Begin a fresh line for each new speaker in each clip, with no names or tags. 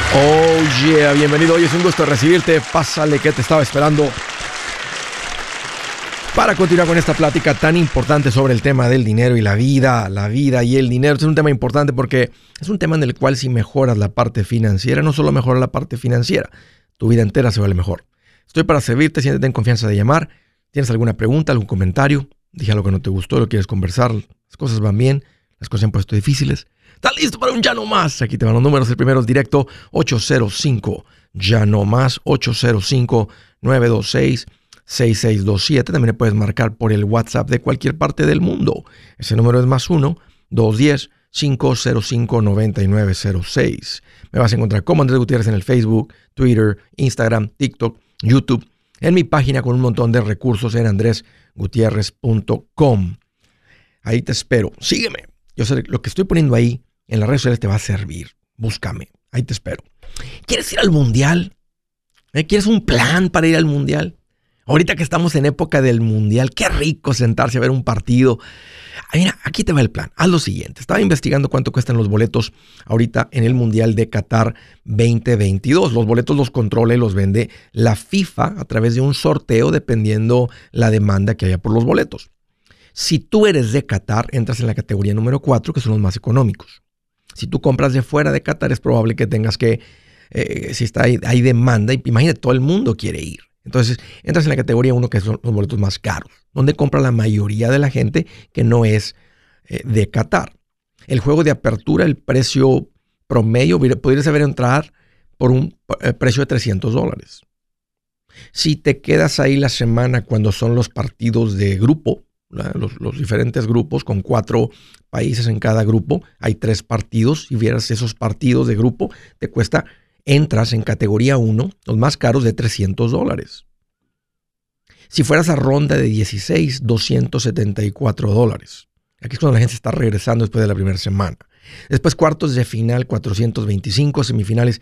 Oh yeah, bienvenido. Hoy es un gusto recibirte. Pásale, que te estaba esperando para continuar con esta plática tan importante sobre el tema del dinero y la vida y el dinero. Este es un tema importante porque es un tema en el cual si mejoras la parte financiera, no solo mejoras la parte financiera, tu vida entera se vuelve mejor. Estoy para servirte, siéntete en confianza de llamar. ¿Tienes alguna pregunta, algún comentario? Dije algo que no te gustó, lo quieres conversar, las cosas van bien, las cosas se han puesto difíciles. ¿Estás listo para un ya no más? Aquí te van los números. El primero es directo 805 ya no más 805-926-6627. También le puedes marcar por el WhatsApp de cualquier parte del mundo. Ese número es más 1-210-505-9906. Me vas a encontrar como Andrés Gutiérrez en el Facebook, Twitter, Instagram, TikTok, YouTube. En mi página con un montón de recursos en andresgutierrez.com. Ahí te espero. Sígueme. Yo sé lo que estoy poniendo ahí en las redes sociales te va a servir. Búscame. Ahí te espero. ¿Quieres ir al mundial? ¿Quieres un plan para ir al mundial? Ahorita que estamos en época del mundial, qué rico sentarse a ver un partido. Mira, aquí te va el plan. Haz lo siguiente. Estaba investigando cuánto cuestan los boletos ahorita en el Mundial de Qatar 2022. Los boletos los controla y los vende la FIFA a través de un sorteo dependiendo la demanda que haya por los boletos. Si tú eres de Qatar, entras en la categoría número 4, que son los más económicos. Si tú compras de fuera de Qatar, es probable que tengas que, si está hay demanda, y imagínate, todo el mundo quiere ir. Entonces, entras en la categoría 1, que son los boletos más caros, donde compra la mayoría de la gente que no es de Qatar. El juego de apertura, el precio promedio, podría saber entrar por un precio de $300. Si te quedas ahí la semana cuando son los partidos de grupo, los diferentes grupos con 4 países en cada grupo, hay 3 partidos. Si vieras esos partidos de grupo, te cuesta, entras en categoría 1, los más caros, de $300. Si fueras a ronda de 16, $274. Aquí es cuando la gente está regresando después de la primera semana. Después cuartos de final, 425, semifinales,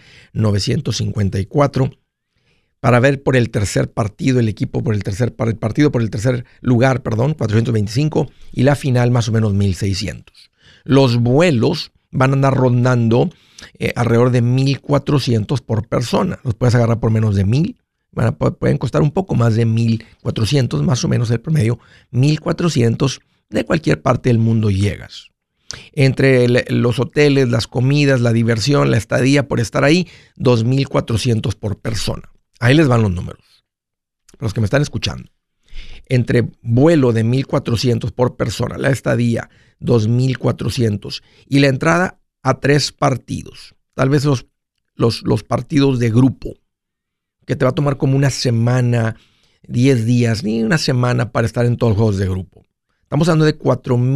954. Para ver por el tercer partido, el equipo por el tercer lugar, 425, y la final más o menos 1,600. Los vuelos van a andar rondando alrededor de 1,400 por persona. Los puedes agarrar por menos de 1,000. Pueden costar un poco más de 1,400, más o menos el promedio. 1,400, de cualquier parte del mundo llegas. Entre los hoteles, las comidas, la diversión, la estadía por estar ahí, 2,400 por persona. Ahí les van los números, para los que me están escuchando. Entre vuelo de 1,400 por persona, la estadía 2,400 y la entrada a 3 partidos. Tal vez los partidos de grupo, que te va a tomar como una semana, 10 días, ni una semana para estar en todos los juegos de grupo. Estamos hablando de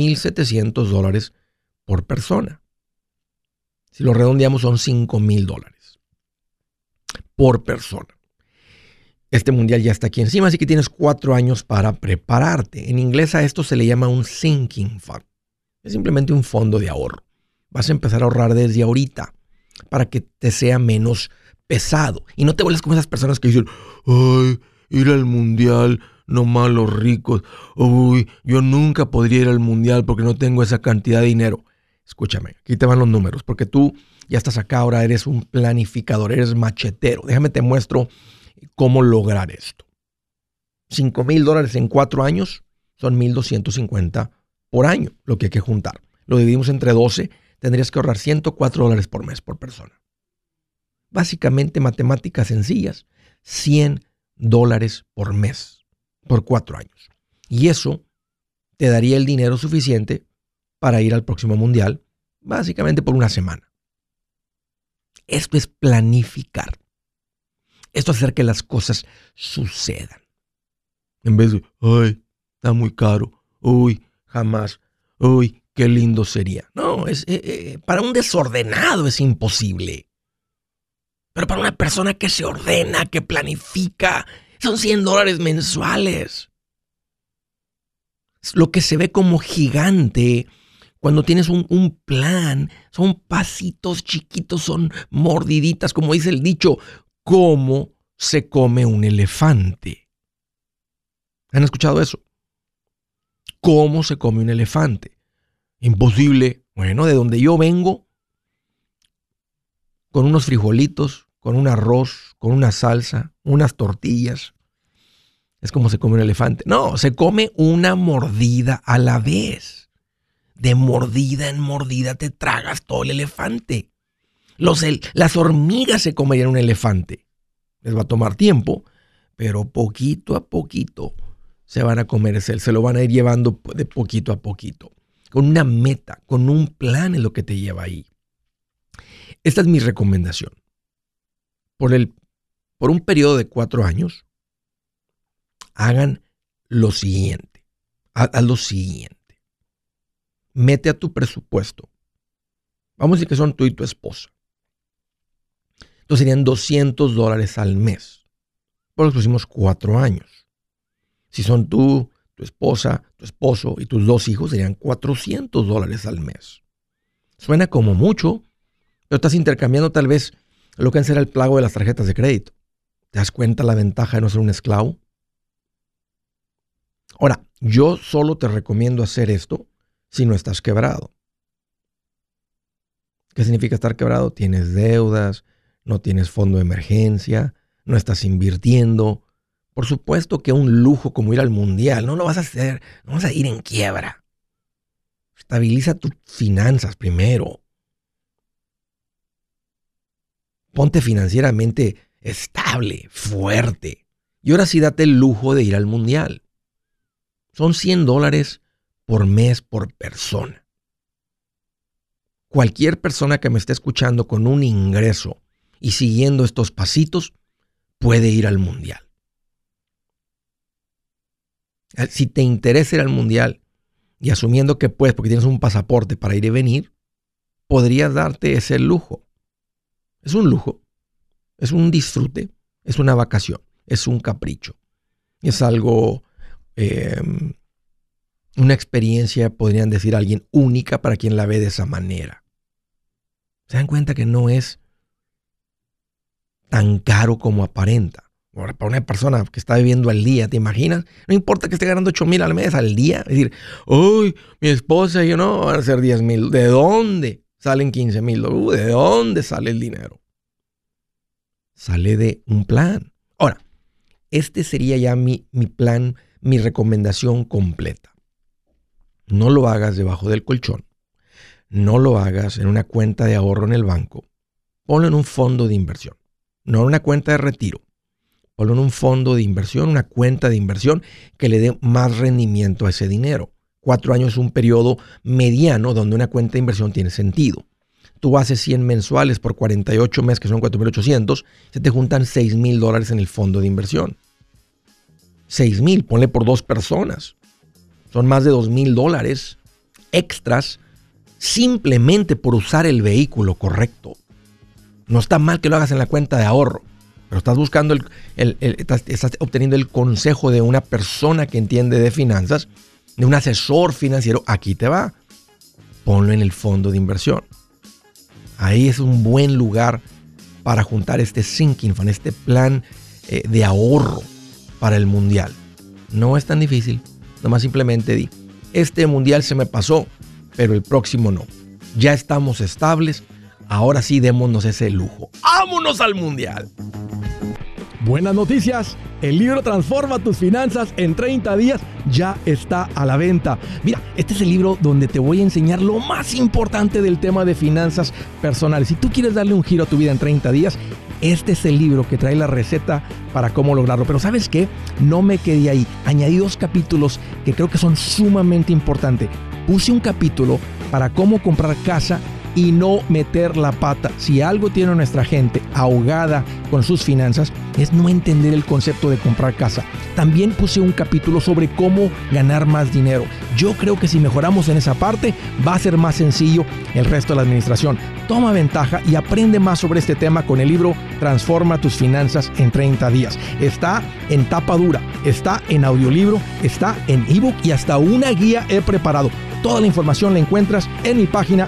$4,700 por persona. Si lo redondeamos son $5,000 por persona. Este mundial ya está aquí encima, así que tienes 4 años para prepararte. En inglés a esto se le llama un sinking fund. Es simplemente un fondo de ahorro. Vas a empezar a ahorrar desde ahorita para que te sea menos pesado. Y no te vuelvas como esas personas que dicen, ay, ir al mundial, nomás los ricos. Uy, yo nunca podría ir al mundial porque no tengo esa cantidad de dinero. Escúchame, aquí te van los números, porque tú ya estás acá, ahora eres un planificador, eres machetero. Déjame te muestro cómo lograr esto. $5,000 en 4 años son $1,250 por año, lo que hay que juntar. Lo dividimos entre 12, tendrías que ahorrar $104 por mes por persona. Básicamente, matemáticas sencillas, $100 por mes por 4 años. Y eso te daría el dinero suficiente para ir al próximo mundial, básicamente por una semana. Esto es planificar. Esto es hacer que las cosas sucedan. En vez de, ay, está muy caro, uy, jamás, uy, qué lindo sería. No, para un desordenado es imposible. Pero para una persona que se ordena, que planifica, son $100 mensuales. Lo que se ve como gigante cuando tienes un plan, son pasitos chiquitos, son mordiditas, como dice el dicho. ¿Cómo se come un elefante? ¿Han escuchado eso? ¿Cómo se come un elefante? Imposible. Bueno, de donde yo vengo, con unos frijolitos, con un arroz, con una salsa, unas tortillas. Es como se come un elefante. No, se come una mordida a la vez. De mordida en mordida te tragas todo el elefante. Las hormigas se comerían un elefante. Les va a tomar tiempo, pero poquito a poquito se van a comer se lo van a ir llevando de poquito a poquito. Con una meta, con un plan es lo que te lleva ahí. Esta es mi recomendación. Por un periodo de 4 años, hagan lo siguiente. Haz lo siguiente. Mete a tu presupuesto. Vamos a decir que son tú y tu esposa. Entonces serían $200 al mes. Por los próximos 4 años. Si son tú, tu esposa, tu esposo y tus 2 hijos, serían $400 al mes. Suena como mucho, pero estás intercambiando tal vez lo que antes era el pago de las tarjetas de crédito. ¿Te das cuenta la ventaja de no ser un esclavo? Ahora, yo solo te recomiendo hacer esto si no estás quebrado. ¿Qué significa estar quebrado? Tienes deudas, no tienes fondo de emergencia, no estás invirtiendo. Por supuesto que un lujo como ir al mundial no lo vas a hacer, no vas a ir en quiebra. Estabiliza tus finanzas primero. Ponte financieramente estable, fuerte. Y ahora sí date el lujo de ir al mundial. Son $100 por mes por persona. Cualquier persona que me esté escuchando con un ingreso y siguiendo estos pasitos puede ir al mundial. Si te interesa ir al mundial y asumiendo que puedes porque tienes un pasaporte para ir y venir, podrías darte ese lujo. Es un lujo, es un disfrute, es una vacación, es un capricho. Es algo, una experiencia, podrían decir alguien, única para quien la ve de esa manera. ¿Se dan cuenta que no es tan caro como aparenta? Ahora, para una persona que está viviendo al día, ¿te imaginas? No importa que esté ganando 8,000 al mes al día. Es decir, uy, mi esposa y yo no van a ser 10,000. ¿De dónde salen 15,000? ¿De dónde sale el dinero? Sale de un plan. Ahora, este sería ya mi plan, mi recomendación completa. No lo hagas debajo del colchón. No lo hagas en una cuenta de ahorro en el banco. Ponlo en un fondo de inversión. No en una cuenta de retiro. Ponlo en un fondo de inversión, una cuenta de inversión que le dé más rendimiento a ese dinero. 4 años es un periodo mediano donde una cuenta de inversión tiene sentido. Tú haces 100 mensuales por 48 meses, que son 4,800, se te juntan $6,000 en el fondo de inversión. 6,000, ponle por 2 personas. Son más de $2,000 extras simplemente por usar el vehículo correcto. No está mal que lo hagas en la cuenta de ahorro, pero estás buscando estás obteniendo el consejo de una persona que entiende de finanzas, de un asesor financiero. Aquí te va. Ponlo en el fondo de inversión. Ahí es un buen lugar para juntar este sinking fund, este plan de ahorro para el mundial. No es tan difícil. Nomás simplemente di, este mundial se me pasó, pero el próximo no. Ya estamos estables. Ahora sí démonos ese lujo. ¡Vámonos al mundial!
Buenas noticias. El libro Transforma tus finanzas en 30 días ya está a la venta. Mira, este es el libro donde te voy a enseñar lo más importante del tema de finanzas personales. Si tú quieres darle un giro a tu vida en 30 días, este es el libro que trae la receta para cómo lograrlo. Pero ¿sabes qué? No me quedé ahí. Añadí 2 capítulos que creo que son sumamente importantes. Puse un capítulo para cómo comprar casa y no meter la pata. Si algo tiene nuestra gente ahogada con sus finanzas, es no entender el concepto de comprar casa. También puse un capítulo sobre cómo ganar más dinero. Yo creo que si mejoramos en esa parte, va a ser más sencillo el resto de la administración. Toma ventaja y aprende más sobre este tema con el libro Transforma tus finanzas en 30 días. Está en tapa dura, está en audiolibro, está en ebook y hasta una guía he preparado. Toda la información la encuentras en mi página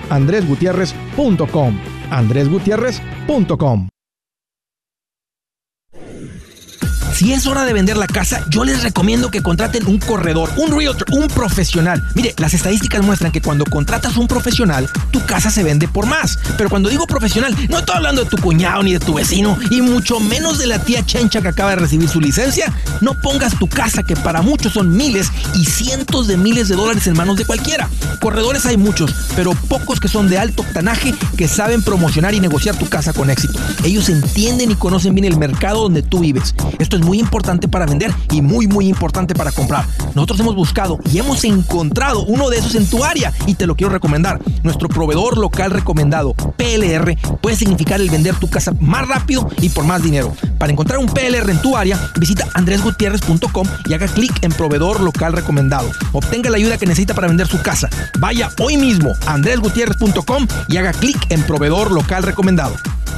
andresgutierrez.com. andresgutierrez.com. Si es hora de vender la casa, yo les recomiendo que contraten un corredor, un realtor, un profesional. Mire, las estadísticas muestran que cuando contratas un profesional, tu casa se vende por más. Pero cuando digo profesional, no estoy hablando de tu cuñado ni de tu vecino, y mucho menos de la tía Chencha que acaba de recibir su licencia. No pongas tu casa, que para muchos son miles y cientos de miles de dólares, en manos de cualquiera. Corredores hay muchos, pero pocos que son de alto octanaje, que saben promocionar y negociar tu casa con éxito. Ellos entienden y conocen bien el mercado donde tú vives. Esto es muy importante para vender y muy importante para comprar. Nosotros hemos buscado y hemos encontrado uno de esos en tu área y te lo quiero recomendar. Nuestro proveedor local recomendado, PLR, puede significar el vender tu casa más rápido y por más dinero. Para encontrar un PLR en tu área, visita andresgutierrez.com y haga clic en proveedor local recomendado. Obtenga la ayuda que necesita para vender su casa. Vaya hoy mismo a andresgutierrez.com y haga clic en proveedor local recomendado.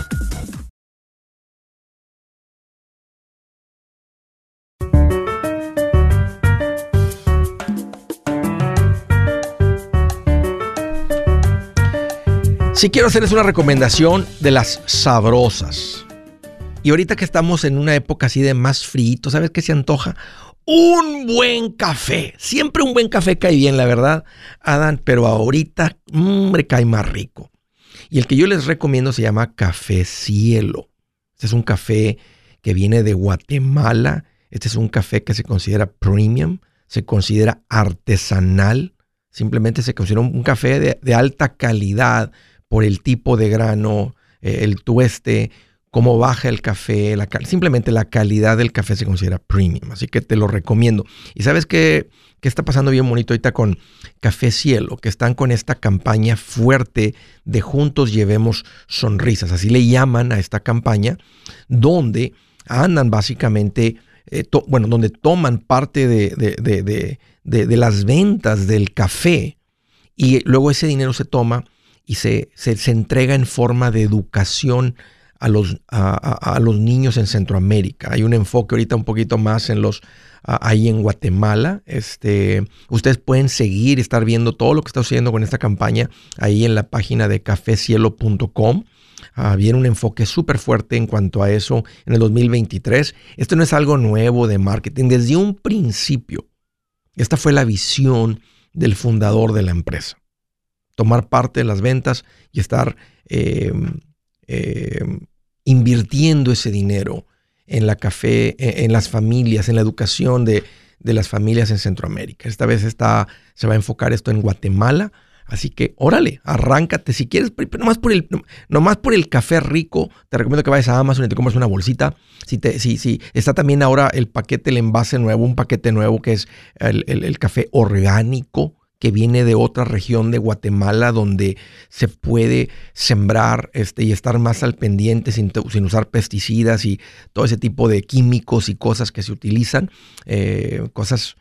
Si quiero hacerles una recomendación de las sabrosas. Y ahorita que estamos en una época así de más frío, ¿sabes qué se antoja? Un buen café. Siempre un buen café cae bien, la verdad, Adán, pero ahorita, hombre, cae más rico. Y el que yo les recomiendo se llama Café Cielo. Este es un café que viene de Guatemala. Este es un café que se considera premium, se considera artesanal. Simplemente se considera un café de alta calidad por el tipo de grano, el tueste, cómo baja el café, simplemente la calidad del café se considera premium. Así que te lo recomiendo. Y ¿sabes qué está pasando bien bonito ahorita con Café Cielo? Que están con esta campaña fuerte de Juntos Llevemos Sonrisas. Así le llaman a esta campaña, donde andan básicamente, donde toman parte de las ventas del café y luego ese dinero se toma y se entrega en forma de educación a los niños en Centroamérica. Hay un enfoque ahorita un poquito más en ahí en Guatemala. Ustedes pueden estar viendo todo lo que está sucediendo con esta campaña ahí en la página de cafecielo.com. Viene un enfoque súper fuerte en cuanto a eso en el 2023. Esto no es algo nuevo de marketing. Desde un principio, esta fue la visión del fundador de la empresa. Tomar parte de las ventas y estar invirtiendo ese dinero en en las familias, en la educación de las familias en Centroamérica. Esta vez se va a enfocar esto en Guatemala. Así que, órale, arráncate. Si quieres, pero nomás por el café rico, te recomiendo que vayas a Amazon y te compres una bolsita. Si está también ahora el envase nuevo, un paquete nuevo que es el café orgánico, que viene de otra región de Guatemala donde se puede sembrar y estar más al pendiente sin usar pesticidas y todo ese tipo de químicos y cosas que se utilizan, cosas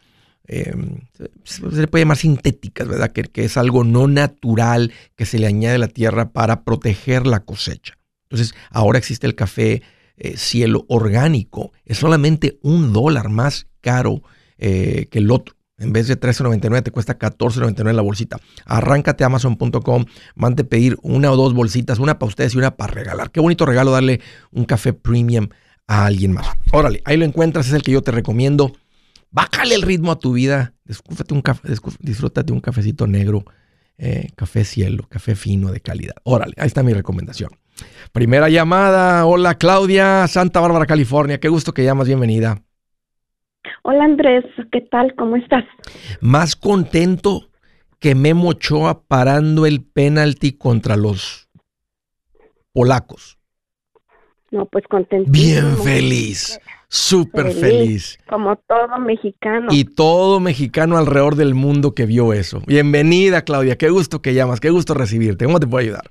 se le puede llamar sintéticas, ¿verdad? Que es algo no natural que se le añade a la tierra para proteger la cosecha. Entonces ahora existe el café Cielo orgánico, es solamente $1 más caro que el otro. En vez de $13.99 te cuesta $14.99 la bolsita. Arráncate a Amazon.com, mande pedir 1 o 2 bolsitas, una para ustedes y una para regalar. Qué bonito regalo darle un café premium a alguien más. Órale, ahí lo encuentras, es el que yo te recomiendo. Bájale el ritmo a tu vida. Disfrútate un cafecito negro, Café Cielo, café fino de calidad. Órale, ahí está mi recomendación. Primera llamada. Hola, Claudia, Santa Bárbara, California. Qué gusto que llamas, bienvenida.
Hola Andrés, ¿qué tal? ¿Cómo estás?
Más contento que Memo Ochoa parando el penalti contra los polacos.
No, pues contento.
Bien feliz, súper feliz.
Como todo mexicano.
Y todo mexicano alrededor del mundo que vio eso. Bienvenida, Claudia, qué gusto que llamas, qué gusto recibirte. ¿Cómo te puedo ayudar?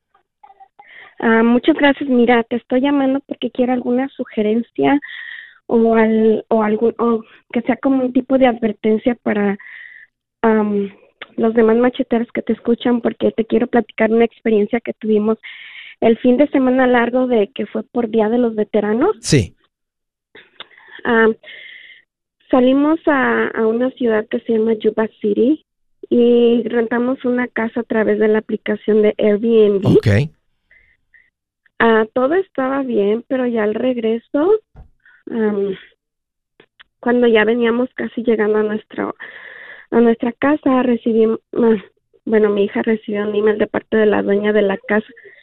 Muchas gracias. Mira, te estoy llamando porque quiero alguna sugerencia o que sea como un tipo de advertencia para los demás macheteros que te escuchan, porque te quiero platicar una experiencia que tuvimos el fin de semana largo de que fue por Día de los Veteranos.
Sí.
Salimos a una ciudad que se llama Yuba City y rentamos una casa a través de la aplicación de Airbnb.
Ok.
Todo estaba bien, pero ya al regreso cuando ya veníamos casi llegando a nuestra casa, bueno, mi hija recibió un email de parte de la dueña de la casa,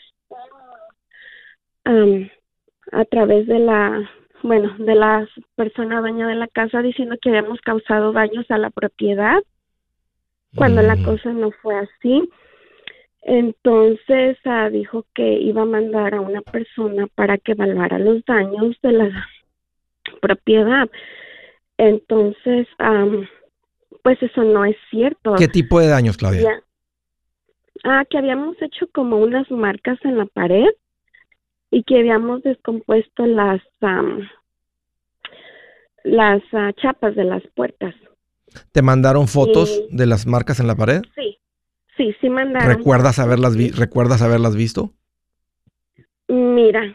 a través de de la persona dueña de la casa, diciendo que habíamos causado daños a la propiedad, cuando la cosa no fue así. Entonces dijo que iba a mandar a una persona para que evaluara los daños de la propiedad. Entonces, pues eso no es cierto.
¿Qué tipo de daños, Claudia?
Que habíamos hecho como unas marcas en la pared y que habíamos descompuesto las chapas de las puertas.
¿Te mandaron fotos de las marcas en la pared?
Sí mandaron.
¿Recuerdas haberlas visto?
Mira,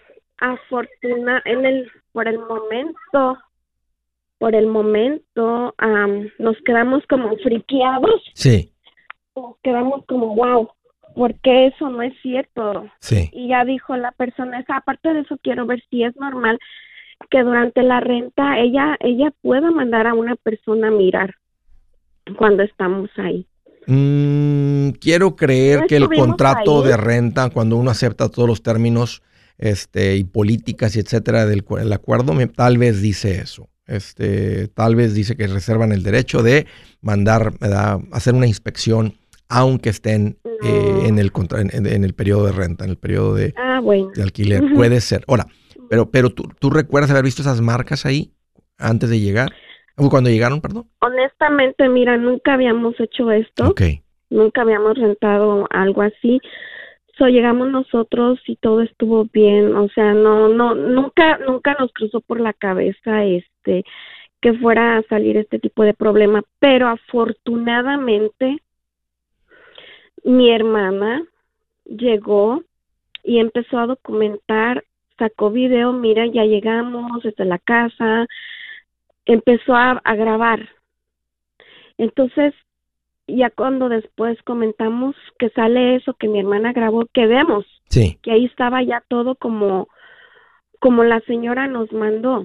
por el momento, nos quedamos como friqueados.
Sí.
Nos quedamos como, wow, porque eso no es cierto.
Sí.
Y ya dijo la persona, aparte de eso, quiero ver si es normal que durante la renta ella pueda mandar a una persona a mirar cuando estamos ahí.
Quiero creer que el contrato
ahí
de renta, cuando uno acepta todos los términos y políticas y etcétera del acuerdo, tal vez dice eso. Tal vez dice que reservan el derecho de mandar, ¿verdad?, hacer una inspección, aunque estén en el periodo de renta, en el periodo de alquiler. Uh-huh. Puede ser. Ahora, pero ¿tú recuerdas haber visto esas marcas ahí antes de llegar? ¿Cuando llegaron, perdón?
Honestamente, mira, nunca habíamos hecho esto.
Okay.
Nunca habíamos rentado algo así. Llegamos nosotros y todo estuvo bien. O sea, nunca nos cruzó por la cabeza que fuera a salir este tipo de problema. Pero afortunadamente, mi hermana llegó y empezó a documentar, sacó video, mira, ya llegamos desde la casa, empezó a grabar. Entonces, ya cuando después comentamos que sale eso, que mi hermana grabó, que vemos que ahí estaba ya todo como la señora nos mandó.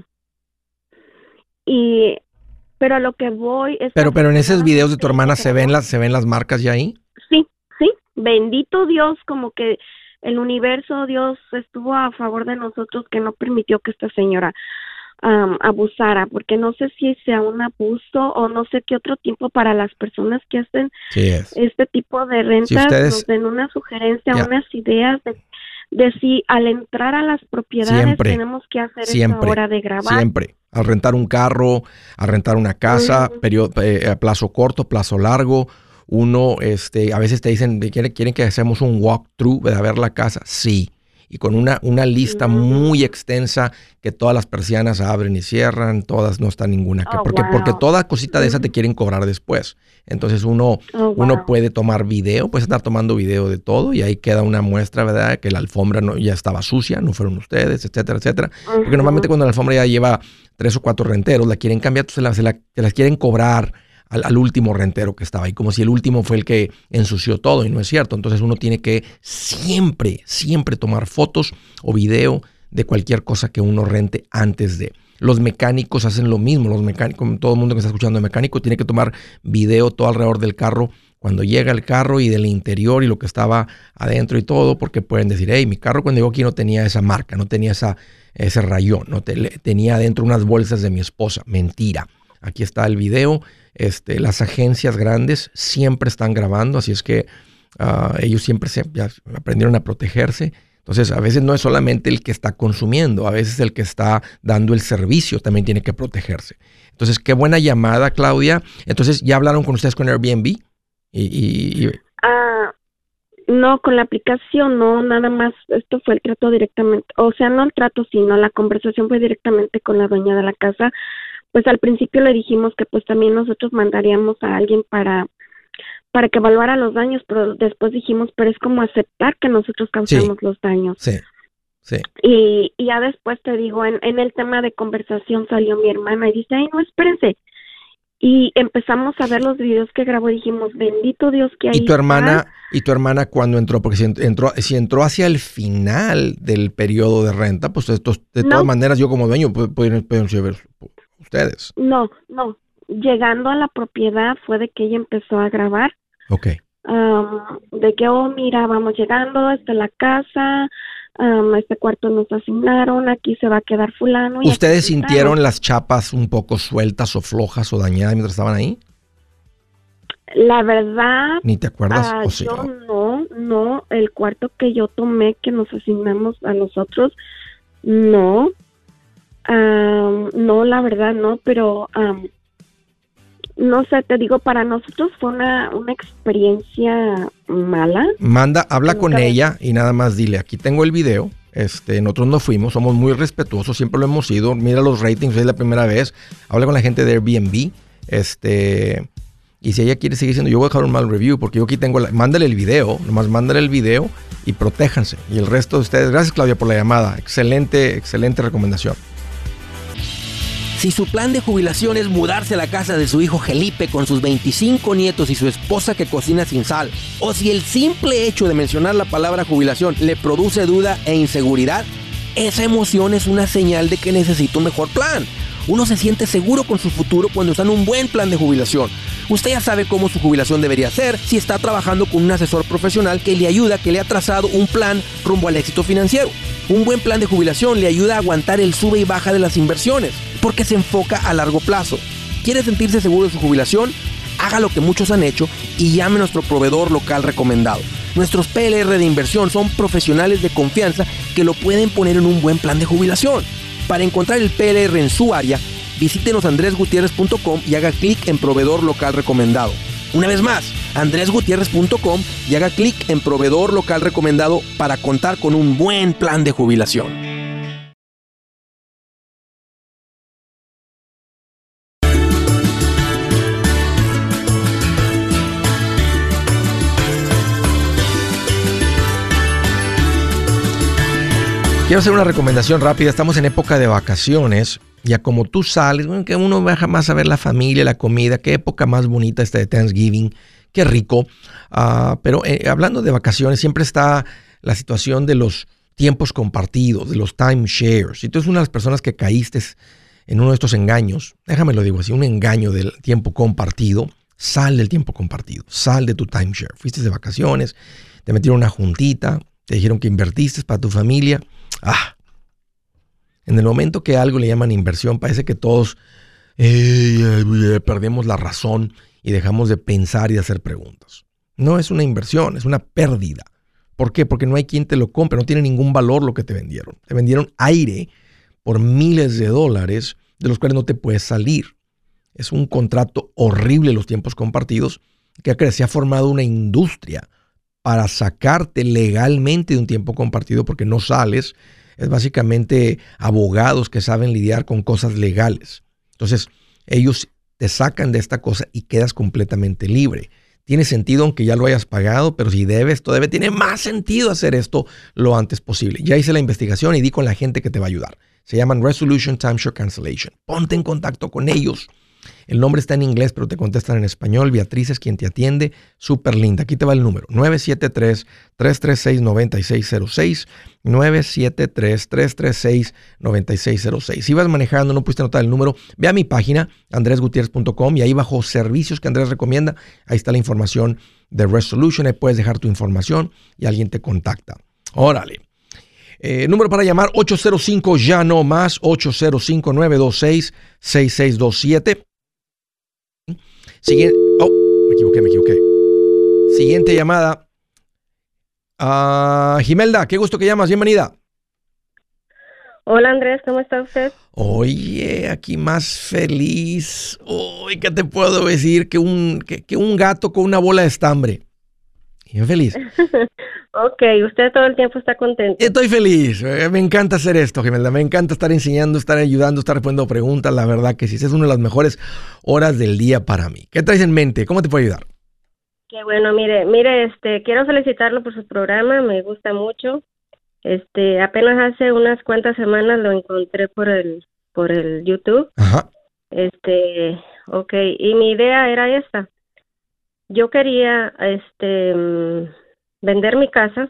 Pero a lo que voy es...
Pero en esos videos de tu hermana se ven las marcas ya ahí.
Sí, bendito Dios, como que el universo, Dios estuvo a favor de nosotros, que no permitió que esta señora abusara, porque no sé si sea un abuso o no sé qué otro tipo para las personas que hacen este tipo de rentas, nos den una sugerencia, unas ideas de si al entrar a las propiedades tenemos que hacer esta hora de grabar.
Siempre, al rentar un carro, al rentar una casa, a plazo corto, plazo largo, uno, a veces te dicen, quieren que hacemos un walkthrough de ver la casa, sí. Y con una lista muy extensa que todas las persianas abren y cierran, todas, no está ninguna. Porque toda cosita de esa te quieren cobrar después. Entonces uno puede tomar video, puedes estar tomando video de todo y ahí queda una muestra, ¿verdad? Que la alfombra ya estaba sucia, no fueron ustedes, etcétera, etcétera. Porque normalmente cuando la alfombra ya lleva 3 o 4 renteros, la quieren cambiar, se las quieren cobrar al último rentero que estaba ahí, como si el último fue el que ensució todo, y no es cierto. Entonces uno tiene que siempre tomar fotos o video de cualquier cosa que uno rente antes de. Los mecánicos hacen lo mismo, todo el mundo que está escuchando de mecánico tiene que tomar video todo alrededor del carro cuando llega el carro y del interior y lo que estaba adentro y todo, porque pueden decir, hey, mi carro cuando llegó aquí no tenía esa marca, no tenía ese rayón, tenía adentro unas bolsas de mi esposa. Mentira. Aquí está el video. Las agencias grandes siempre están grabando, así es que ellos siempre ya aprendieron a protegerse. Entonces, a veces no es solamente el que está consumiendo, a veces el que está dando el servicio también tiene que protegerse. Entonces, qué buena llamada, Claudia. Entonces, ¿ya hablaron con ustedes con Airbnb?
No, con la aplicación no, nada más, esto fue el trato directamente, o sea, no el trato, sino la conversación fue directamente con la dueña de la casa. Pues al principio le dijimos que pues también nosotros mandaríamos a alguien para que evaluara los daños, pero después dijimos, pero es como aceptar que nosotros causamos los daños.
Sí.
Y ya después te digo, en el tema de conversación salió mi hermana y dice, ay, no, espérense. Y empezamos a ver los videos que grabó y dijimos, bendito Dios que ahí
¿Y tu hermana cuando entró? Porque si entró hacia el final del periodo de renta, pues de todas maneras yo como dueño pueden ver ustedes.
No. Llegando a la propiedad fue de que ella empezó a grabar.
Ok.
De que, mira, vamos llegando, esta es la casa, este cuarto nos asignaron, aquí se va a quedar fulano. Y
¿Ustedes sintieron las chapas un poco sueltas o flojas o dañadas mientras estaban ahí?
La verdad,
¿Ni te acuerdas? ¿O sí?
yo no, el cuarto que yo tomé, que nos asignamos a nosotros, no, la verdad no, pero no sé, te digo, para nosotros fue una experiencia mala.
Habla con ella y nada más dile, aquí tengo el video. Nosotros no fuimos, somos muy respetuosos, siempre lo hemos sido. Mira los ratings, es la primera vez. Habla con la gente de Airbnb. Y si ella quiere seguir diciendo, yo voy a dejar un mal review, porque yo aquí tengo mándale el video, nomás mándale el video y protéjanse. Y el resto de ustedes, gracias Claudia por la llamada. Excelente recomendación.
Si su plan de jubilación es mudarse a la casa de su hijo Felipe con sus 25 nietos y su esposa que cocina sin sal, o si el simple hecho de mencionar la palabra jubilación le produce duda e inseguridad, esa emoción es una señal de que necesita un mejor plan. Uno se siente seguro con su futuro cuando está en un buen plan de jubilación. Usted ya sabe cómo su jubilación debería ser si está trabajando con un asesor profesional que le ayuda, que le ha trazado un plan rumbo al éxito financiero. Un buen plan de jubilación le ayuda a aguantar el sube y baja de las inversiones, porque se enfoca a largo plazo. ¿Quiere sentirse seguro de su jubilación? Haga lo que muchos han hecho y llame a nuestro proveedor local recomendado. Nuestros PLR de inversión son profesionales de confianza que lo pueden poner en un buen plan de jubilación. Para encontrar el PLR en su área, visítenos andresgutierrez.com y haga clic en proveedor local recomendado. Una vez más, andresgutierrez.com y haga clic en proveedor local recomendado para contar con un buen plan de jubilación.
Quiero hacer una recomendación rápida. Estamos en época de vacaciones. Ya como tú sales, bueno, que uno baja más a ver la familia, la comida. Qué época más bonita esta de Thanksgiving. Qué rico. Pero hablando de vacaciones, siempre está la situación de los tiempos compartidos, de los timeshares. Si tú eres una de las personas que caíste en uno de estos engaños, déjame lo digo así, un engaño del tiempo compartido, sal del tiempo compartido. Sal de tu timeshare. Fuiste de vacaciones, te metieron una juntita, te dijeron que invertiste para tu familia. En el momento que algo le llaman inversión, parece que todos perdemos la razón y dejamos de pensar y de hacer preguntas. No es una inversión, es una pérdida. ¿Por qué? Porque no hay quien te lo compre, no tiene ningún valor lo que te vendieron. Te vendieron aire por miles de dólares de los cuales no te puedes salir. Es un contrato horrible los tiempos compartidos que se ha formado una industria para sacarte legalmente de un tiempo compartido porque no sales. Es básicamente abogados que saben lidiar con cosas legales. Entonces, ellos te sacan de esta cosa y quedas completamente libre. Tiene sentido aunque ya lo hayas pagado, pero si debes, todavía tiene más sentido hacer esto lo antes posible. Ya hice la investigación y di con la gente que te va a ayudar. Se llaman Resolution Timeshare Cancellation. Ponte en contacto con ellos. El nombre está en inglés, pero te contestan en español. Beatriz es quien te atiende. Súper linda. Aquí te va el número. 973-336-9606. 973-336-9606. Si vas manejando, no pudiste anotar el número, ve a mi página, andresgutierrez.com, y ahí bajo servicios que Andrés recomienda, ahí está la información de Resolution. Ahí puedes dejar tu información y alguien te contacta. Órale. Número para llamar, 805 ya no más, 805-926-6627. Siguiente. Me equivoqué. Siguiente llamada. Gimelda, qué gusto que llamas, bienvenida.
Hola Andrés, ¿cómo está usted?
Oye, aquí más feliz. Uy, ¿qué te puedo decir? Que un gato con una bola de estambre. Bien feliz.
Ok, usted todo el tiempo está contento.
Estoy feliz. Me encanta hacer esto, Gimelda. Me encanta estar enseñando, estar ayudando, estar respondiendo preguntas. La verdad que sí, es una de las mejores horas del día para mí. ¿Qué traes en mente? ¿Cómo te puedo ayudar?
Qué bueno, mire, quiero felicitarlo por su programa, me gusta mucho. Apenas hace unas cuantas semanas lo encontré por el YouTube.
Ajá.
Okay. Y mi idea era esta. Yo quería, vender mi casa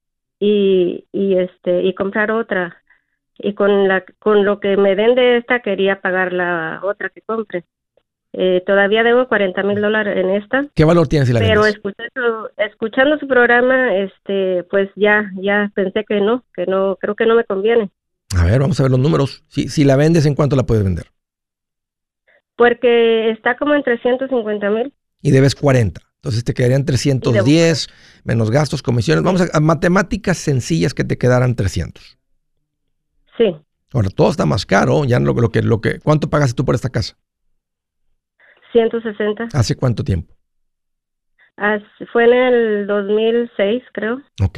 y comprar otra. Y con lo que me den de esta quería pagar la otra que compre. Todavía debo $40,000 en esta.
¿Qué valor tiene si la
Pero
vendes?
escuchando su programa, pues ya pensé que no, creo que no me conviene.
A ver, vamos a ver los números. Si la vendes, ¿en cuánto la puedes vender?
Porque está como en 350,000.
Y debes 40. Entonces te quedarían 310 menos gastos, comisiones. Vamos a matemáticas sencillas que te quedaran 300.
Sí.
Ahora, todo está más caro. Ya ¿cuánto pagaste tú por esta casa?
160.
¿Hace cuánto tiempo?
Fue en el 2006, creo.
Ok.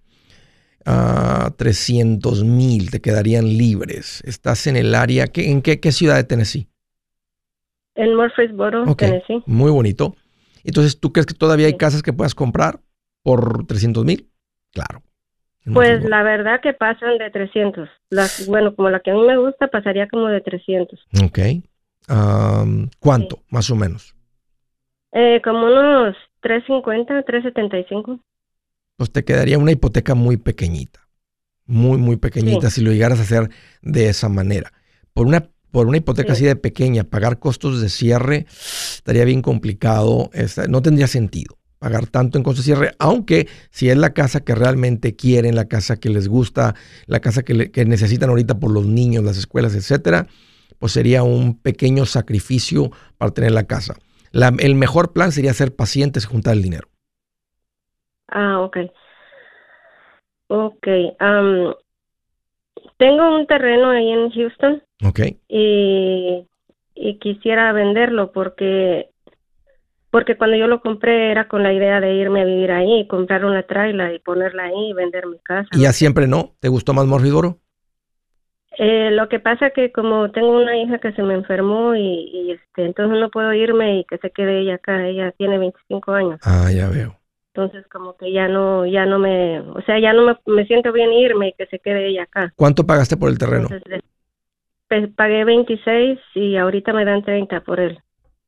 300,000 te quedarían libres. Estás en el área, ¿en qué ciudad de Tennessee?
En Murfreesboro,
Ok,
Tennessee.
muy bonito. Entonces, ¿tú crees que todavía hay
Sí.
casas que puedas comprar por 300,000? Claro.
Pues la verdad que pasan de 300. Como la que a mí me gusta, pasaría como de 300.
Ok. ¿Cuánto, más o menos?
Como unos 350, 375.
Pues te quedaría una hipoteca muy pequeñita. Muy, muy pequeñita si lo llegaras a hacer de esa manera. Por una hipoteca así de pequeña, pagar costos de cierre estaría bien complicado. No tendría sentido pagar tanto en costos de cierre, aunque si es la casa que realmente quieren, la casa que les gusta, la casa que necesitan ahorita por los niños, las escuelas, etcétera, pues sería un pequeño sacrificio para tener la casa. El mejor plan sería ser pacientes y juntar el dinero.
Ok. Ok. Tengo un terreno ahí en Houston.
Ok.
Y quisiera venderlo porque cuando yo lo compré era con la idea de irme a vivir ahí, comprar una traila y ponerla ahí y vender mi casa.
¿Y ya siempre no? ¿Te gustó más Murfreesboro?
Lo que pasa que como tengo una hija que se me enfermó y entonces no puedo irme y que se quede ella acá. Ella tiene 25 años.
Ah, ya veo.
Entonces como que ya no me siento bien irme y que se quede ella acá.
¿Cuánto pagaste por el terreno?
Entonces, pagué 26 y ahorita me dan 30 por él.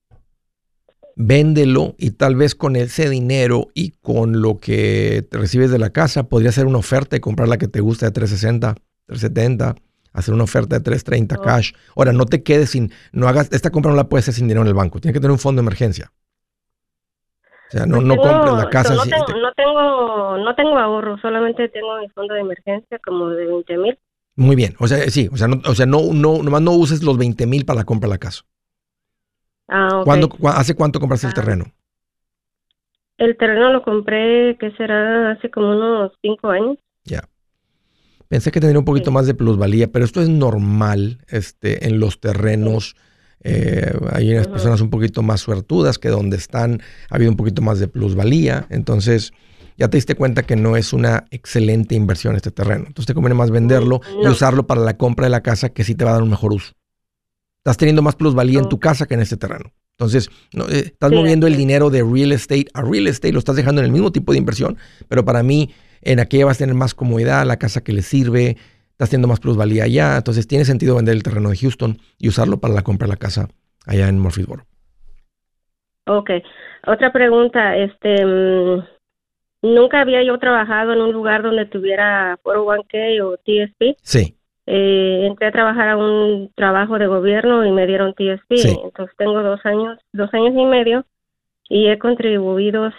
Véndelo y tal vez con ese dinero y con lo que te recibes de la casa podría hacer una oferta y comprar la que te gusta de 360, 370, hacer una oferta de 330 cash. Ahora, no te quedes esta compra no la puedes hacer sin dinero en el banco. Tienes que tener un fondo de emergencia. O sea, no compres la casa.
No tengo ahorro, solamente tengo mi fondo de emergencia como de 20,000.
Muy bien, sí, nomás no uses los 20,000 para la compra de la casa.
Okay.
¿Hace cuánto compraste el terreno?
El terreno lo compré, ¿qué será? Hace como unos 5 años.
Ya. Pensé que tendría un poquito más de plusvalía, pero esto es normal en los terrenos. Hay unas personas un poquito más suertudas que donde están ha habido un poquito más de plusvalía. Entonces, ya te diste cuenta que no es una excelente inversión este terreno. Entonces, te conviene más venderlo y usarlo para la compra de la casa, que sí te va a dar un mejor uso. Estás teniendo más plusvalía en tu casa que en este terreno. Entonces, estás moviendo el dinero de real estate a real estate, lo estás dejando en el mismo tipo de inversión, pero para mí, en aquella vas a tener más comodidad, la casa que le sirve, estás teniendo más plusvalía allá. Entonces, tiene sentido vender el terreno de Houston y usarlo para la compra de la casa allá en Murfreesboro.
Ok. Otra pregunta, nunca había yo trabajado en un lugar donde tuviera 401k o TSP.
Sí.
Entré a trabajar a un trabajo de gobierno y me dieron TSP.
Sí.
Entonces tengo 2 años y medio y he contribuido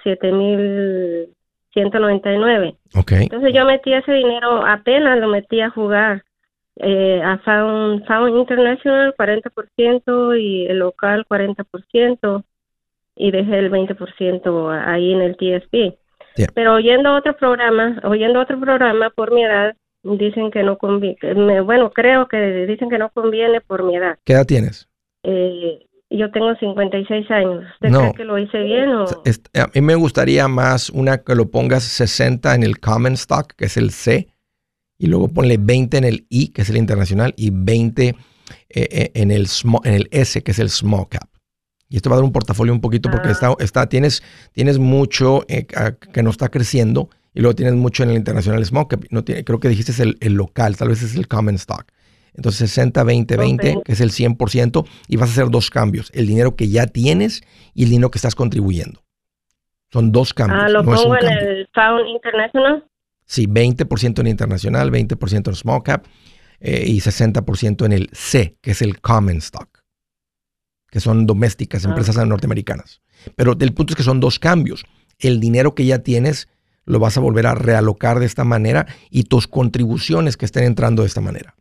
7,199.
Okay.
Entonces yo metí ese dinero, apenas lo metí a jugar a Found International 40% y el local 40% y dejé el 20% ahí en el TSP.
Yeah.
Pero oyendo otro programa por mi edad, dicen que no conviene, creo que dicen que no conviene por mi edad.
¿Qué edad tienes?
Yo tengo 56 años. ¿Usted
No.
cree que lo hice bien o...?
A mí me gustaría más que lo pongas 60 en el common stock, que es el C, y luego ponle 20 en el I, que es el internacional, y 20 en el S, que es el small cap. Y esto va a dar un portafolio un poquito porque tienes mucho que no está creciendo y luego tienes mucho en el internacional small cap. Creo que dijiste el local, tal vez es el common stock. Entonces 60, 20, 20,
Ok.
que es el 100%, y vas a hacer dos cambios, el dinero que ya tienes y el dinero que estás contribuyendo. Son dos cambios,
Lo
no es un
pongo en
cambio.
el Found International.
Sí, 20% en internacional, 20% en small cap y 60% en el C, que es el common stock, que son domésticas, empresas norteamericanas. Pero el punto es que son dos cambios. El dinero que ya tienes lo vas a volver a realocar de esta manera y tus contribuciones que estén entrando de esta manera.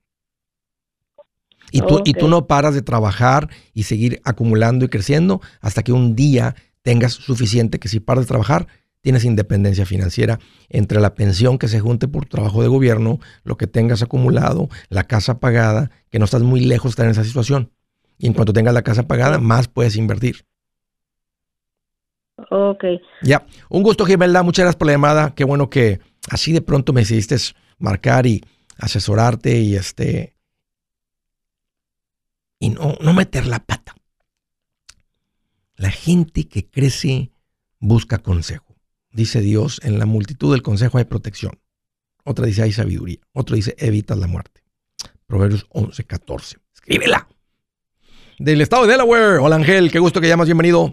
Y tú no paras de trabajar y seguir acumulando y creciendo hasta que un día tengas suficiente que si paras de trabajar, tienes independencia financiera entre la pensión que se junte por trabajo de gobierno, lo que tengas acumulado, la casa pagada, que no estás muy lejos de estar en esa situación. Y en cuanto tengas la casa pagada, más puedes invertir.
Ok.
Ya, un gusto, Gimelda, muchas gracias por la llamada. Qué bueno que así de pronto me decidiste marcar y asesorarte y no meter la pata. La gente que crece busca consejo. Dice Dios, en la multitud del consejo hay protección. Otra dice hay sabiduría. Otro dice evitas la muerte. Proverbios 11:14. Escríbela. Del estado de Delaware. Hola Ángel, qué gusto que llamas, bienvenido.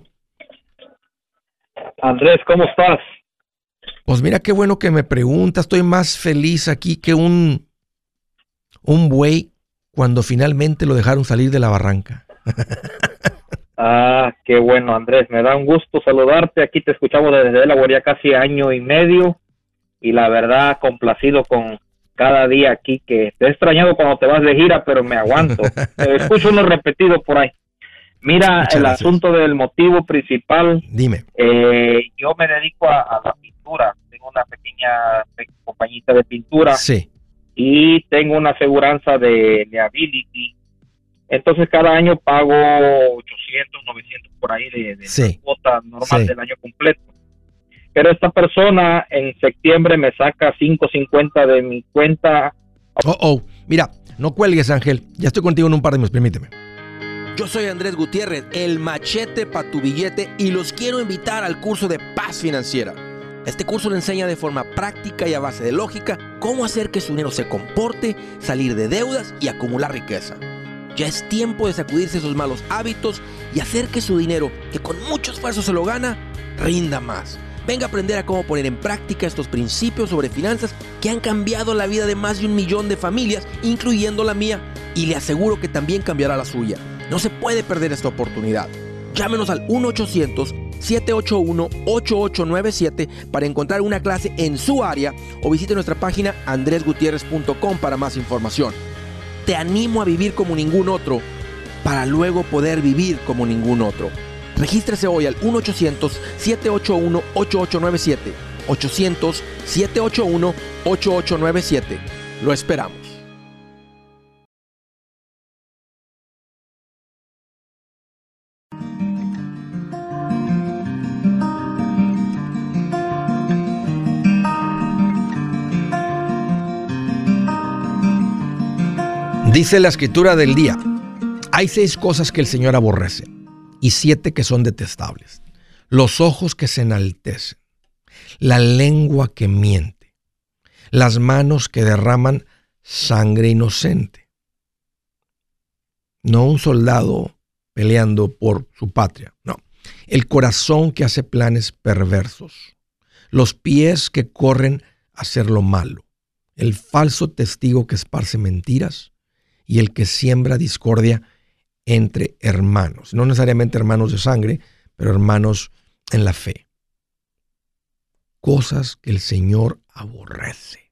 Andrés, ¿cómo estás?
Pues mira qué bueno que me preguntas. Estoy más feliz aquí que un buey cuando finalmente lo dejaron salir de la barranca.
Qué bueno, Andrés. Me da un gusto saludarte. Aquí te escuchamos desde Delaware ya casi año y medio. Y la verdad, complacido con cada día aquí, que te he extrañado cuando te vas de gira, pero me aguanto. Te escucho uno repetido por ahí. Mira,
Muchas
el
gracias.
asunto del motivo principal.
Dime.
Yo me dedico a la pintura. Tengo una pequeña compañita de pintura.
Sí.
Y tengo una aseguranza de liability. Entonces cada año pago 800, 900 por ahí de
Sí.
la cuota normal
Sí.
del año completo. Pero esta persona en septiembre me saca 5.50 de mi cuenta.
Mira, no cuelgues, Ángel. Ya estoy contigo en un par de minutos, permíteme.
Yo soy Andrés Gutiérrez, el machete para tu billete, y los quiero invitar al curso de Paz Financiera. Este curso le enseña de forma práctica y a base de lógica cómo hacer que su dinero se comporte, salir de deudas y acumular riqueza. Ya es tiempo de sacudirse esos malos hábitos y hacer que su dinero, que con mucho esfuerzo se lo gana, rinda más. Venga a aprender a cómo poner en práctica estos principios sobre finanzas que han cambiado la vida de más de 1 millón de familias, incluyendo la mía, y le aseguro que también cambiará la suya. No se puede perder esta oportunidad. Llámenos al 1-800-781-8897 para encontrar una clase en su área o visite nuestra página andresgutierrez.com para más información. Te animo a vivir como ningún otro para luego poder vivir como ningún otro. Regístrese hoy al 1-800-781-8897. 800-781-8897. Lo esperamos.
Dice la escritura del día: hay 6 cosas que el Señor aborrece y 7 que son detestables. Los ojos que se enaltecen, la lengua que miente, las manos que derraman sangre inocente. No un soldado peleando por su patria, no. El corazón que hace planes perversos, los pies que corren a hacer lo malo, el falso testigo que esparce mentiras y el que siembra discordia entre hermanos. No necesariamente hermanos de sangre, pero hermanos en la fe. Cosas que el Señor aborrece,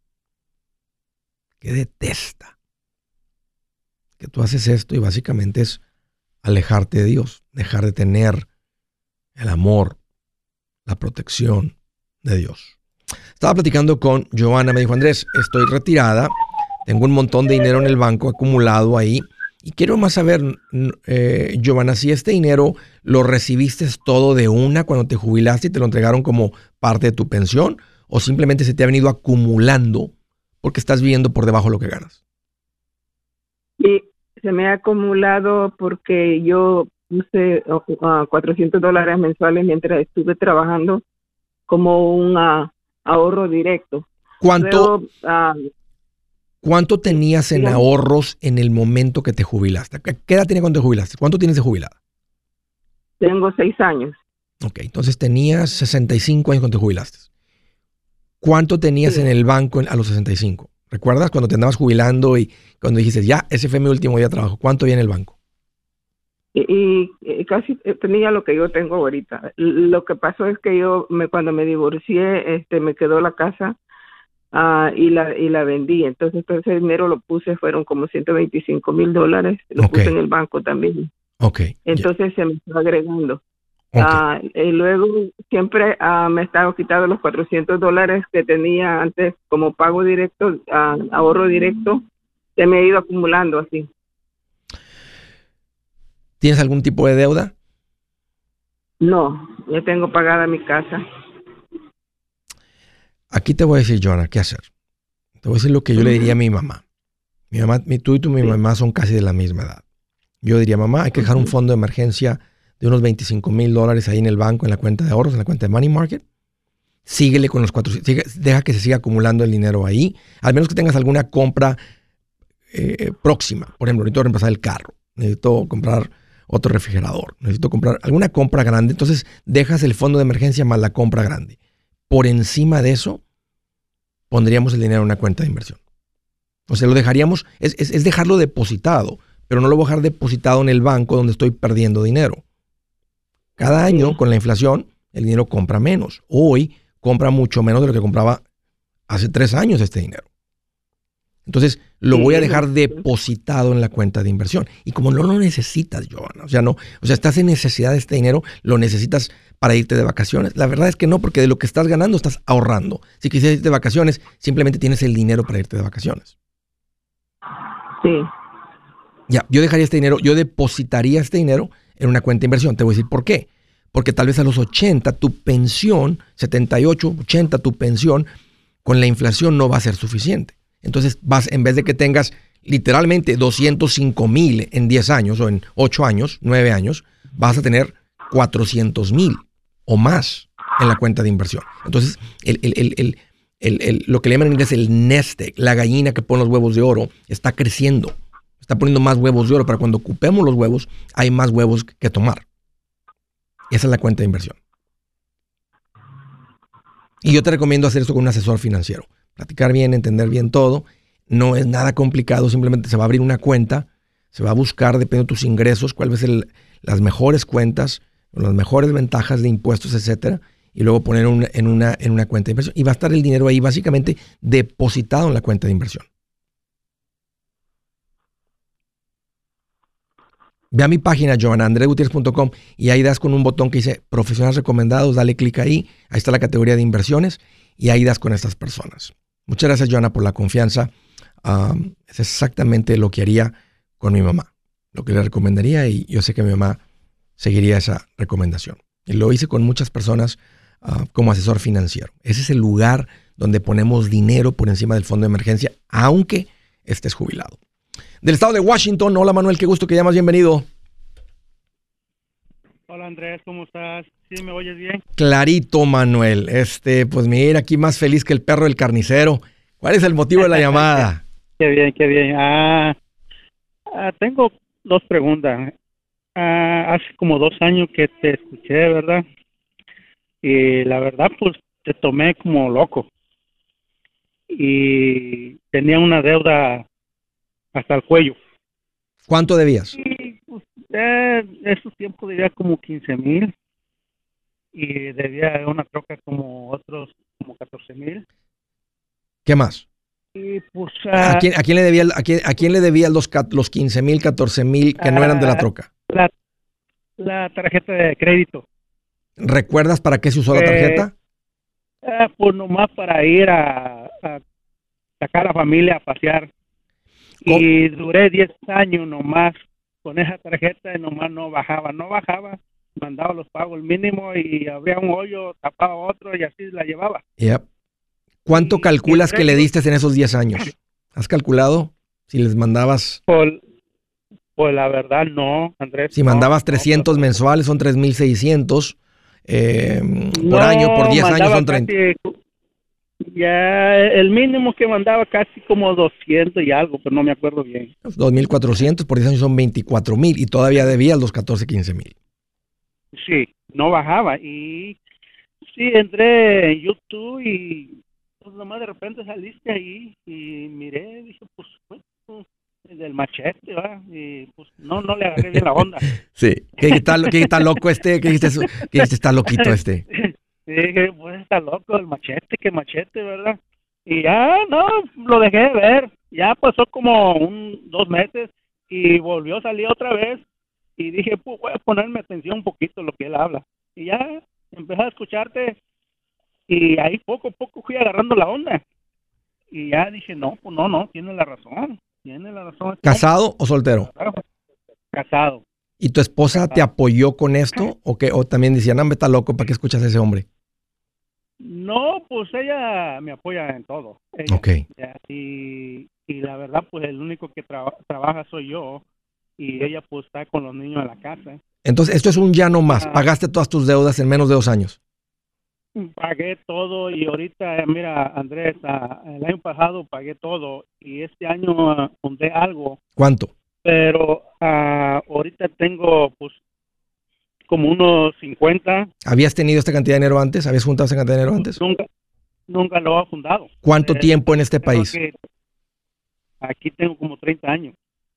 que detesta. Que tú haces esto y básicamente es alejarte de Dios, dejar de tener el amor, la protección de Dios. Estaba platicando con Joana, me dijo: Andrés, estoy retirada, tengo un montón de dinero en el banco acumulado ahí y quiero más saber, Joana, si este dinero lo recibiste todo de una cuando te jubilaste y te lo entregaron como parte de tu pensión, o simplemente se te ha venido acumulando porque estás viviendo por debajo de lo que ganas.
Sí, se me ha acumulado porque yo puse $400 mensuales mientras estuve trabajando como un ahorro directo.
¿Cuánto?
Luego,
¿Cuánto tenías en
Dígame.
ahorros en el momento que te jubilaste? ¿Qué edad tenías cuando te jubilaste? ¿Cuánto tienes de jubilada?
Tengo 6 años.
Ok, entonces tenías 65 años cuando te jubilaste. ¿Cuánto tenías
Sí.
en el banco a los 65? ¿Recuerdas cuando te andabas jubilando y cuando dijiste, ya, ese fue mi último día de trabajo? ¿Cuánto había en el banco?
Y casi tenía lo que yo tengo ahorita. Lo que pasó es que cuando me divorcié, me quedó la casa y la vendí. Entonces todo ese dinero lo puse, fueron como $125,000, lo
Ok.
puse en el banco también.
Ok.
Entonces se me está agregando.
Ok.
Y luego siempre me estaba quitando los $400 que tenía antes como pago directo, ahorro directo, se me ha ido acumulando así.
¿Tienes algún tipo de deuda?
No, ya tengo pagada mi casa.
Aquí te voy a decir, Joana, ¿qué hacer? Te voy a decir lo que yo le diría a mi mamá. Tú y mi mamá son casi de la misma edad. Yo diría, mamá, hay que dejar un fondo de emergencia de unos $25,000 ahí en el banco, en la cuenta de ahorros, en la cuenta de Money Market. Síguele con los 400, deja que se siga acumulando el dinero ahí, al menos que tengas alguna compra próxima. Por ejemplo, necesito reemplazar el carro, necesito comprar otro refrigerador, necesito comprar alguna compra grande. Entonces dejas el fondo de emergencia más la compra grande. Por encima de eso, pondríamos el dinero en una cuenta de inversión. O sea, lo dejaríamos, es dejarlo depositado, pero no lo voy a dejar depositado en el banco donde estoy perdiendo dinero. Cada año, con la inflación, el dinero compra menos. Hoy compra mucho menos de lo que compraba hace 3 años este dinero. Entonces, lo voy a dejar depositado en la cuenta de inversión. Y como no lo necesitas, Joana, estás en necesidad de este dinero, lo necesitas para irte de vacaciones. La verdad es que no, porque de lo que estás ganando estás ahorrando. Si quisieras irte de vacaciones, simplemente tienes el dinero para irte de vacaciones.
Sí.
Ya, yo dejaría este dinero, yo depositaría este dinero en una cuenta de inversión. Te voy a decir por qué. Porque tal vez a los 80 tu pensión, 78, 80 tu pensión, con la inflación no va a ser suficiente. Entonces en vez de que tengas literalmente 205,000 en 10 años o en 8 años, 9 años, vas a tener 400,000 o más en la cuenta de inversión. Entonces, lo que le llaman en inglés el nest egg, la gallina que pone los huevos de oro, está creciendo. Está poniendo más huevos de oro para cuando ocupemos los huevos, hay más huevos que tomar. Esa es la cuenta de inversión. Y yo te recomiendo hacer esto con un asesor financiero. Platicar bien, entender bien todo. No es nada complicado, simplemente se va a abrir una cuenta, se va a buscar, dependiendo de tus ingresos, cuáles son las mejores cuentas, las mejores ventajas de impuestos, etcétera, y luego poner en una cuenta de inversión. Y va a estar el dinero ahí básicamente depositado en la cuenta de inversión. Ve a mi página, joanaandresgutierrez.com, y ahí das con un botón que dice profesionales recomendados, dale clic ahí está la categoría de inversiones, y ahí das con estas personas. Muchas gracias, Joana, por la confianza. Es exactamente lo que haría con mi mamá, lo que le recomendaría, y yo sé que mi mamá seguiría esa recomendación. Y lo hice con muchas personas como asesor financiero. Ese es el lugar donde ponemos dinero por encima del fondo de emergencia, aunque estés jubilado. Del estado de Washington, hola Manuel, qué gusto que llamas, bienvenido.
Hola Andrés, ¿cómo estás? ¿Sí me oyes bien?
Clarito, Manuel. Pues mira, aquí más feliz que el perro del carnicero. ¿Cuál es el motivo de la llamada?
Qué bien, qué bien. Tengo 2 preguntas. Hace como 2 años que te escuché, ¿verdad? Y la verdad, pues te tomé como loco. Y tenía una deuda hasta el cuello.
¿Cuánto debías?
Y pues, esos tiempos debía como 15,000. Y debía una troca como 14,000.
¿Qué más?
Y pues
¿A quién le debía los 15,000, 14,000 que no eran de la troca?
La tarjeta de crédito.
¿Recuerdas para qué se usó la tarjeta?
Pues nomás para ir a sacar a la familia a pasear.
¿Cómo?
Y duré 10 años nomás con esa tarjeta y nomás no bajaba, mandaba los pagos el mínimo y abría un hoyo, tapaba otro y así la llevaba.
Yep. ¿Cuánto calculas que le diste en esos 10 años? ¿Has calculado si les mandabas?
Pues la verdad no, Andrés.
Si mandabas 300 mensuales son 3,600 por año, por 10 años son 30.
Ya el mínimo que mandaba casi como 200 y algo, pero no me acuerdo bien.
2,400 por 10 años son 24,000 y todavía debías los 14, 15,000.
Sí, no bajaba. Y sí, entré en YouTube y pues nomás de repente saliste ahí y miré, dije, pues, del machete, ¿va? Y pues no le agarré bien la onda.
Sí, ¿qué está loco este? ¿Qué dijiste? Está loquito este?
Sí, dije, pues está loco el machete, qué machete, ¿verdad? Y ya, no, lo dejé de ver. Ya pasó como 2 meses y volvió a salir otra vez. Y dije, pues voy a ponerme atención un poquito a lo que él habla. Y ya empecé a escucharte y ahí poco a poco fui agarrando la onda. Y ya dije, no, pues no, tiene la razón.
¿Casado o soltero?
Casado.
¿Y tu esposa te apoyó con esto? ¿O también decían, no, me está loco, ¿para qué escuchas a ese hombre?
No, pues ella me apoya en todo. Ella,
ok.
Y la verdad, pues el único que trabaja soy yo. Y ella pues está con los niños en la casa.
Entonces, esto es un ya no más. ¿Pagaste todas tus deudas en menos de 2 años?
Pagué todo y ahorita, mira, Andrés, el año pasado pagué todo y este año junté algo.
¿Cuánto?
Pero ahorita tengo pues como unos 50.
¿Habías tenido esta cantidad de dinero antes? ¿Habías juntado esta cantidad de dinero antes?
Nunca lo he fundado.
¿Cuánto tiempo en este país?
Aquí tengo como 30 años.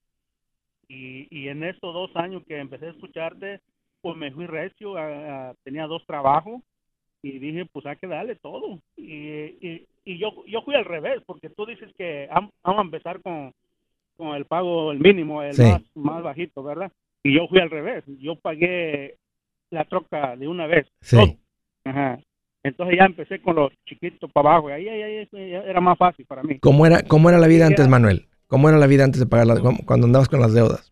Y en estos 2 años que empecé a escucharte, pues me fui recio, tenía 2 trabajos y dije, pues hay que darle todo. Y yo fui al revés, porque tú dices que vamos a empezar con el pago, el mínimo, el
sí.
más bajito, ¿verdad? Y yo fui al revés, yo pagué la troca de una vez.
Sí.
Todo. Ajá. Entonces ya empecé con los chiquitos para abajo, ahí era más fácil para mí.
¿Cómo era la vida antes, Manuel? ¿Cómo era la vida antes de pagar cuando andabas con las deudas?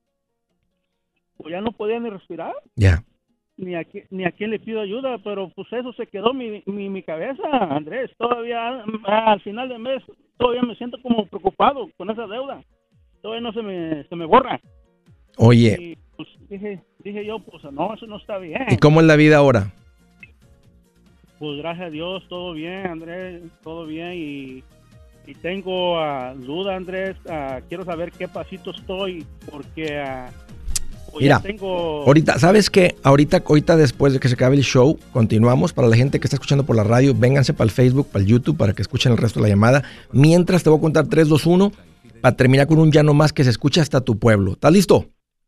Pues ya no podía ni respirar.
Ya.
Ni a quién le pido ayuda, pero pues eso se quedó mi cabeza, Andrés. Todavía al final del mes, todavía me siento como preocupado con esa deuda. Todavía no se me borra.
Oye.
Y pues dije yo, pues no, eso no está bien.
¿Y cómo es la vida ahora?
Pues gracias a Dios, todo bien, Andrés, todo bien. Y tengo duda, Andrés, quiero saber qué pasito estoy, porque
mira, ahorita, ¿sabes qué? Ahorita después de que se acabe el show, continuamos. Para la gente que está escuchando por la radio, vénganse para el Facebook, para el YouTube, para que escuchen el resto de la llamada. Mientras te voy a contar 3, 2, 1, para terminar con un ya no más que se escucha hasta tu pueblo. ¿Estás listo?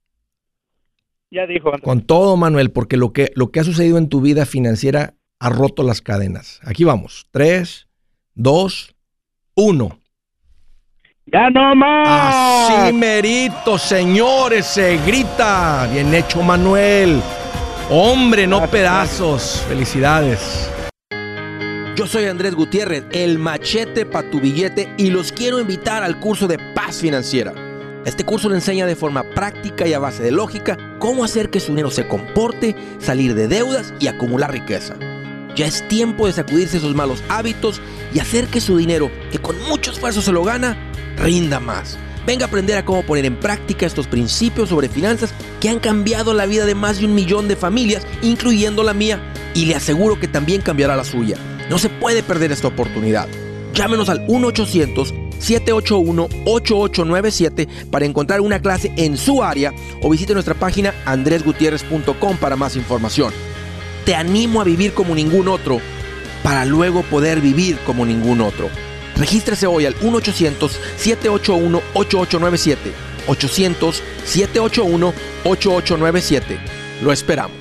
Ya dijo, Andrés.
Con todo, Manuel, porque lo que ha sucedido en tu vida financiera ha roto las cadenas. Aquí vamos. 3, 2, 1.
¡Ya no más!
Así merito, señores, se grita. Bien hecho, Manuel. Hombre, no pedazos. Felicidades.
Yo soy Andrés Gutiérrez, el machete para tu billete, y los quiero invitar al curso de Paz Financiera. Este curso le enseña de forma práctica y a base de lógica cómo hacer que su dinero se comporte, salir de deudas y acumular riqueza. Ya es tiempo de sacudirse esos malos hábitos y hacer que su dinero, que con mucho esfuerzo se lo gana, rinda más. Venga a aprender a cómo poner en práctica estos principios sobre finanzas que han cambiado la vida de más de 1 millón de familias, incluyendo la mía, y le aseguro que también cambiará la suya. No se puede perder esta oportunidad. Llámenos al 1-800-781-8897 para encontrar una clase en su área o visite nuestra página andresgutierrez.com para más información. Te animo a vivir como ningún otro para luego poder vivir como ningún otro. Regístrese hoy al 1-800-781-8897. 800-781-8897. Lo esperamos.